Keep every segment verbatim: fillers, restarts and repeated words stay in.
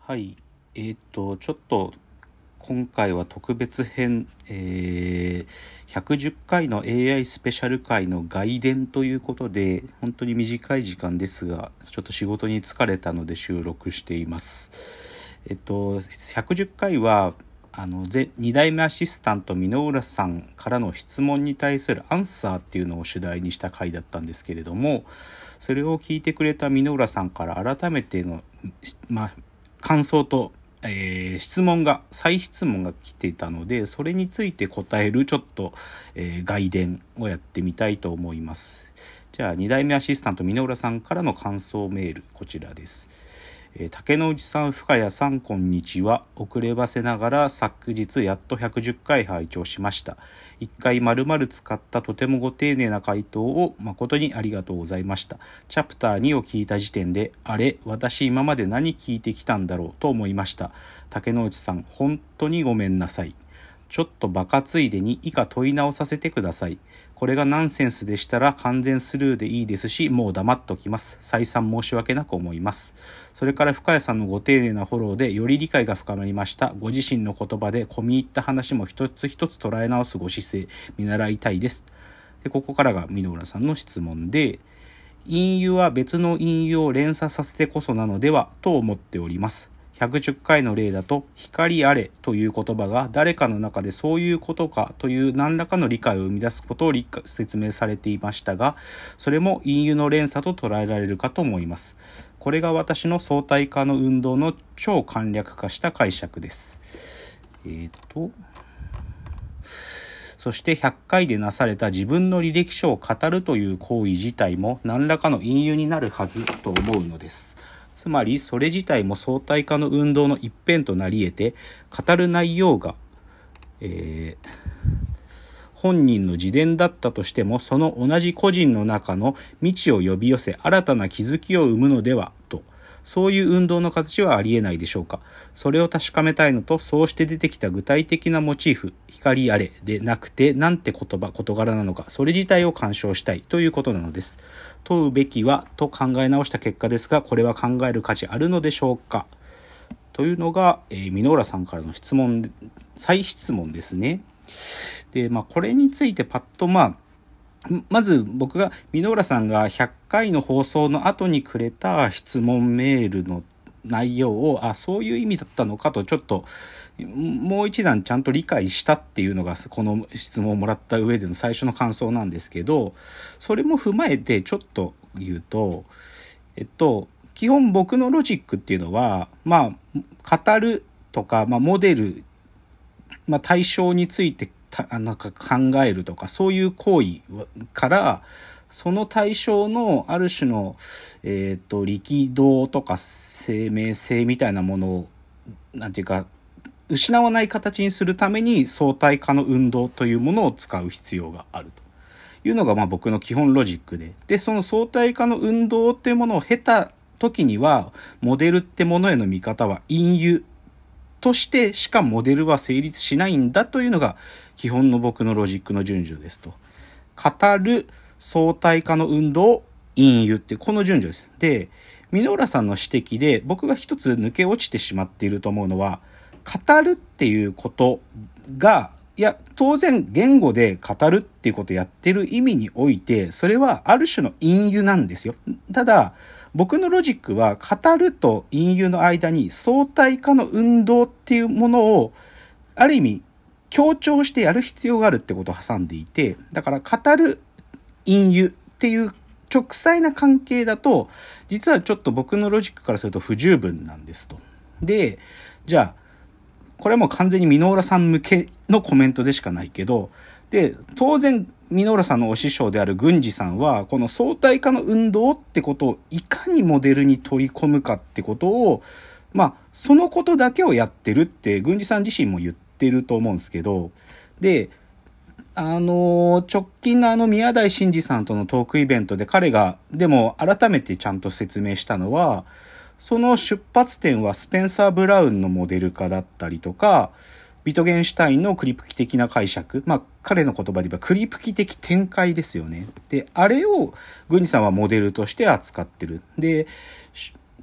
はい、えー、っとちょっと今回は特別編、えー、ひゃくじゅっかいの エーアイ スペシャル回の外伝ということで、本当に短い時間ですが、ちょっと仕事に疲れたので収録しています。えっとひゃくじゅっかいはあのに代目アシスタント箕浦さんからの質問に対するアンサーっていうのを主題にした回だったんですけれども、それを聞いてくれた箕浦さんから改めての、まあ、感想と、えー、質問が再質問が来ていたので、それについて答えるちょっと、えー、外伝をやってみたいと思います。じゃあに代目アシスタント箕浦さんからの感想メール、こちらです。竹之内さん、深谷さん、こんにちは。遅ればせながら昨日やっとひゃくじゅっかい拝聴しました。いっかい丸々使ったとてもご丁寧な回答を誠にありがとうございました。チャプターにを聞いた時点で、あれ、私今まで何聞いてきたんだろうと思いました。竹之内さん、本当にごめんなさい。ちょっとバカついでに以下問い直させてください。これがナンセンスでしたら完全スルーでいいですし、もう黙っときます。再三申し訳なく思います。それから深谷さんのご丁寧なフォローでより理解が深まりました。ご自身の言葉で込み入った話も一つ一つ捉え直すご姿勢、見習いたいです。で、ここからが箕浦さんの質問で、引用は別の引用を連鎖させてこそなのではと思っております。ひゃくじゅっかいの例だと、光あれという言葉が誰かの中でそういうことかという何らかの理解を生み出すことを理解説明されていましたが、それも引用の連鎖と捉えられるかと思います。これが私の相対化の運動の超簡略化した解釈です。えーと、そしてひゃっかいでなされた自分の履歴書を語るという行為自体も何らかの引用になるはずと思うのです。つまりそれ自体も相対化の運動の一辺となり得て、語る内容が、えー、本人の自伝だったとしても、その同じ個人の中の未知を呼び寄せ新たな気づきを生むのではと、そういう運動の形はありえないでしょうか。それを確かめたいのと、そうして出てきた具体的なモチーフ、光あれでなくて、なんて言葉、事柄なのか、それ自体を鑑賞したいということなのです。問うべきはと考え直した結果ですが、これは考える価値あるのでしょうか。というのが、えー、箕浦さんからの質問、再質問ですね。で、まあ、これについてパッと、まあ、まず僕が箕浦さんがひゃっかいの放送の後にくれた質問メールの内容を、あ、そういう意味だったのかとちょっともう一段ちゃんと理解したっていうのがこの質問をもらった上での最初の感想なんですけど、それも踏まえてちょっと言うと、えっと基本僕のロジックっていうのは、まあ語るとか、まあ、モデル、まあ、対象についてなんか考えるとか、そういう行為からその対象のある種の、えーと、力道とか生命性みたいなものをなんていうか失わない形にするために相対化の運動というものを使う必要があるというのがまあ僕の基本ロジックで、でその相対化の運動っていうものを経た時にはモデルってものへの見方は隠喩としてしかモデルは成立しないんだというのが基本の僕のロジックの順序ですと。語る相対化の運動隠喩ってこの順序です。で、箕浦さんの指摘で僕が一つ抜け落ちてしまっていると思うのは、語るっていうことが、いや当然言語で語るっていうことをやってる意味において、それはある種の隠喩なんですよ。ただ僕のロジックは語ると隠喩の間に相対化の運動っていうものをある意味強調してやる必要があるってことを挟んでいて、だから語る隠喩っていう直裁な関係だと実はちょっと僕のロジックからすると不十分なんですと。で、じゃあこれはもう完全に箕浦さん向けのコメントでしかないけど、で当然箕浦さんのお師匠である郡司さんはこの相対化の運動ってことをいかにモデルに取り込むかってことを、まあそのことだけをやってるって郡司さん自身も言ってると思うんですけど、であの直近のあの宮台真司さんとのトークイベントで彼がでも改めてちゃんと説明したのは、その出発点はスペンサー・ブラウンのモデル化だったりとか、ビトゲンシュタインのクリプキ的な解釈、まあ彼の言葉で言えばクリプキ的展開ですよね。で、あれを郡司さんはモデルとして扱ってる。で、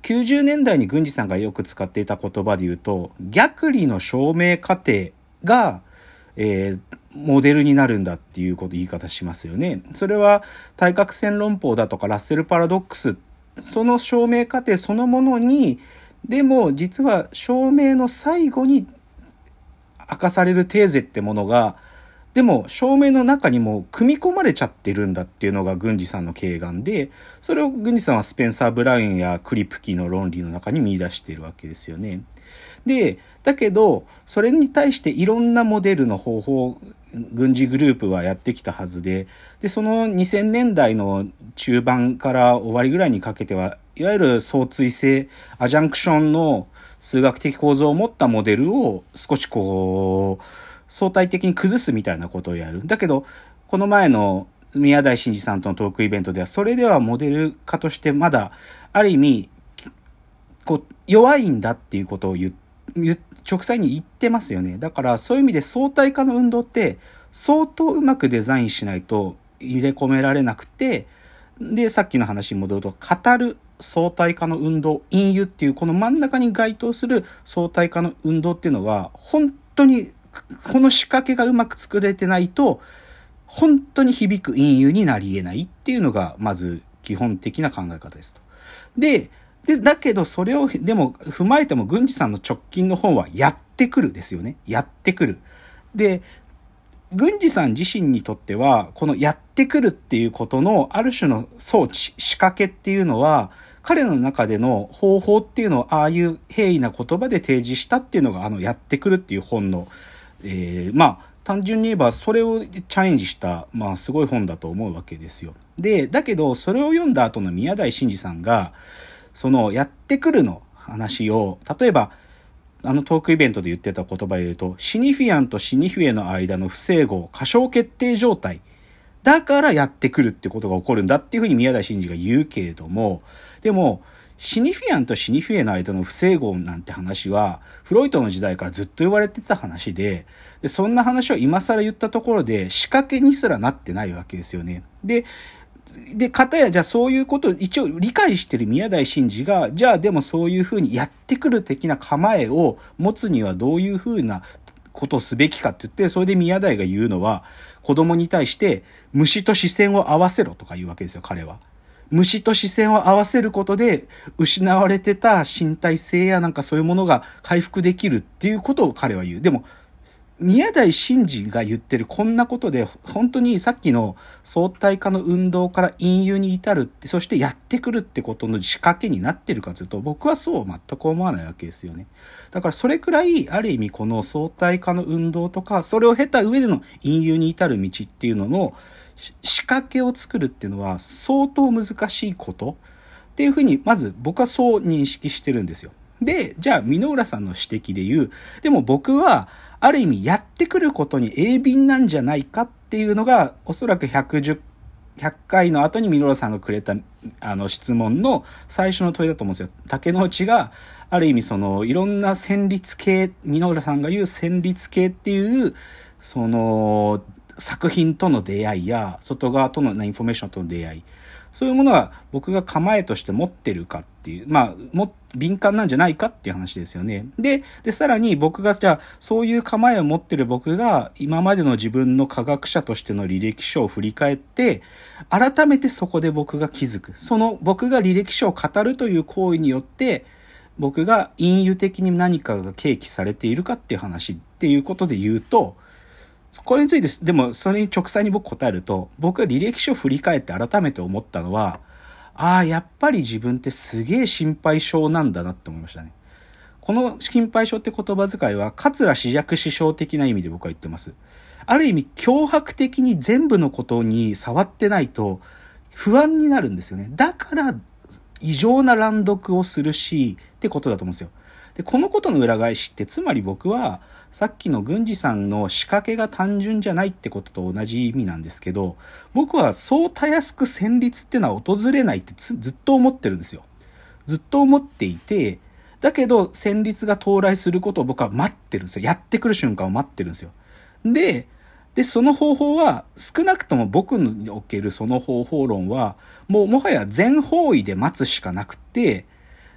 きゅうじゅうねんだいに郡司さんがよく使っていた言葉で言うと、逆理の証明過程が、えー、モデルになるんだっていうこと言い方しますよね。それは対角線論法だとかラッセルパラドックス、その証明過程そのものに、でも実は証明の最後に明かされるテーゼってものが、でも証明の中にも組み込まれちゃってるんだっていうのが郡司さんの慧眼で、それを郡司さんはスペンサー・ブラウンやクリプキの論理の中に見出しているわけですよね。で、だけどそれに対していろんなモデルの方法、軍事グループはやってきたはずで、でそのにせんねんだいの中盤から終わりぐらいにかけては、いわゆる相対性アジャンクションの数学的構造を持ったモデルを少しこう相対的に崩すみたいなことをやる。だけどこの前の宮台真司さんとのトークイベントでは、それではモデル化としてまだある意味こう弱いんだっていうことを言直裁に言ってますよね。だからそういう意味で相対化の運動って相当うまくデザインしないと入れ込められなくて、でさっきの話に戻ると、語る相対化の運動、隠喩っていうこの真ん中に該当する相対化の運動っていうのは、本当にこの仕掛けがうまく作れてないと本当に響く隠喩になり得ないっていうのがまず基本的な考え方ですと。でで、だけどそれをでも踏まえても郡司さんの直近の本はやってくるですよね。やってくる。で、郡司さん自身にとってはこのやってくるっていうことのある種の装置、仕掛けっていうのは、彼の中での方法っていうのをああいう平易な言葉で提示したっていうのがあのやってくるっていう本の、えー、まあ単純に言えばそれをチャレンジした、まあすごい本だと思うわけですよ。で、だけどそれを読んだ後の宮台真司さんが、そのやってくるの話を、例えばあのトークイベントで言ってた言葉で言うと、シニフィアンとシニフィエの間の不整合、過小決定状態だからやってくるってことが起こるんだっていうふうに宮台真司が言うけれども、でもシニフィアンとシニフィエの間の不整合なんて話はフロイトの時代からずっと言われてた話で、でそんな話を今更言ったところで仕掛けにすらなってないわけですよね。でで、かたやじゃあそういうことを一応理解してる宮台真司が、じゃあでもそういうふうにやってくる的な構えを持つにはどういうふうなことをすべきかって言って、それで宮台が言うのは、子供に対して虫と視線を合わせろとか言うわけですよ、彼は。虫と視線を合わせることで失われてた身体性やなんかそういうものが回復できるっていうことを彼は言う。でも宮台真司が言ってるこんなことで本当にさっきの相対化の運動から隠喩に至るって、そしてやってくるってことの仕掛けになってるかというと、僕はそう全く思わないわけですよね。だからそれくらいある意味この相対化の運動とか、それを経た上での隠喩に至る道っていうのの仕掛けを作るっていうのは相当難しいことっていうふうにまず僕はそう認識してるんですよ。で、じゃあ箕浦さんの指摘で言う、でも僕はある意味やってくることに鋭敏なんじゃないかっていうのが、おそらくひゃくじゅう、ひゃっかいの後に箕浦さんがくれたあの質問の最初の問いだと思うんですよ。竹之内がある意味そのいろんな旋律系、箕浦さんが言う旋律系っていうその作品との出会いや外側とのインフォメーションとの出会い、そういうものは僕が構えとして持ってるかっていう、まあ、も、敏感なんじゃないかっていう話ですよね。で、で、さらに僕がじゃあ、そういう構えを持ってる僕が、今までの自分の科学者としての履歴書を振り返って、改めてそこで僕が気づく。その僕が履歴書を語るという行為によって、僕が隠喩的に何かが契機されているかっていう話っていうことで言うと、これについて、でもそれに直裁に僕答えると、僕が履歴書を振り返って改めて思ったのは、ああ、やっぱり自分ってすげえ心配性なんだなって思いましたね。この心配性って言葉遣いは、桂枝雀師匠的な意味で僕は言ってます。ある意味、脅迫的に全部のことに触ってないと不安になるんですよね。だから、異常な乱読をするし、ってことだと思うんですよ。で、このことの裏返しって、つまり僕は、さっきの郡司さんの仕掛けが単純じゃないってことと同じ意味なんですけど、僕はそうたやすく旋律ってのは訪れないってずっと思ってるんですよ。ずっと思っていて、だけど旋律が到来することを僕は待ってるんですよ。やってくる瞬間を待ってるんですよ。で、で、その方法は、少なくとも僕におけるその方法論は、もうもはや全方位で待つしかなくて、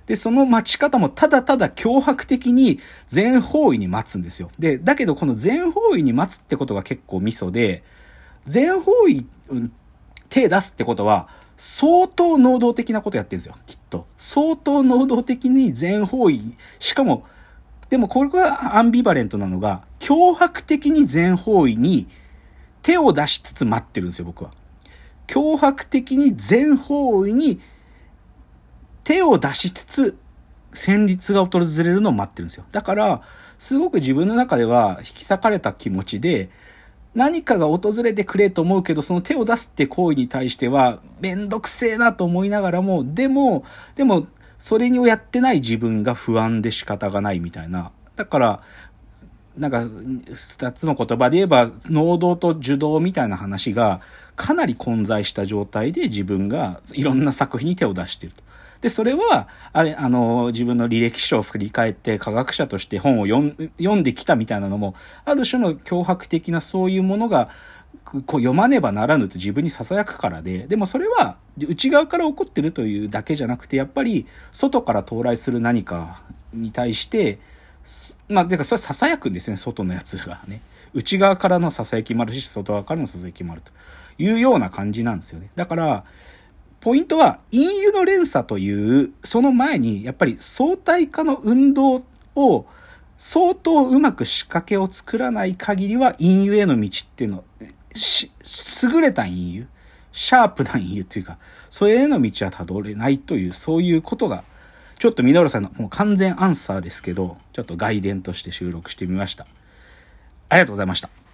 で、その待ち方もただただ脅迫的に全方位に待つんですよ。で、だけどこの全方位に待つってことが結構ミソで、全方位、うん、手出すってことは、相当能動的なことやってるんですよ、きっと。相当能動的に全方位、しかも、でもこれがアンビバレントなのが、脅迫的に全方位に手を出しつつ待ってるんですよ、僕は。脅迫的に全方位に手を出しつつ旋律が訪れるのを待ってるんですよ。だから、すごく自分の中では引き裂かれた気持ちで、何かが訪れてくれと思うけど、その手を出すって行為に対してはめんどくせえなと思いながらも、でも、でも、それをやってない自分が不安で仕方がないみたいな。だから、なんか、二つの言葉で言えば、能動と受動みたいな話がかなり混在した状態で自分がいろんな作品に手を出していると。で、それは、あれ、あの、自分の履歴書を振り返って科学者として本を読ん、読んできたみたいなのも、ある種の脅迫的なそういうものが、こう読まねばならぬと自分に囁くからで、でもそれは内側から起こってるというだけじゃなくて、やっぱり外から到来する何かに対して、まあ、てかそれ囁くんですね、外のやつがね。内側からの囁きもあるし、外側からの囁きもあるというような感じなんですよね。だから、ポイントは、陰湯の連鎖という、その前に、やっぱり相対化の運動を、相当うまく仕掛けを作らない限りは、陰湯への道っていうの、し、優れた陰湯、シャープな陰湯っていうか、それへの道はたどれないという、そういうことが、ちょっと箕浦さんのもう完全アンサーですけど、ちょっと外伝として収録してみました。ありがとうございました。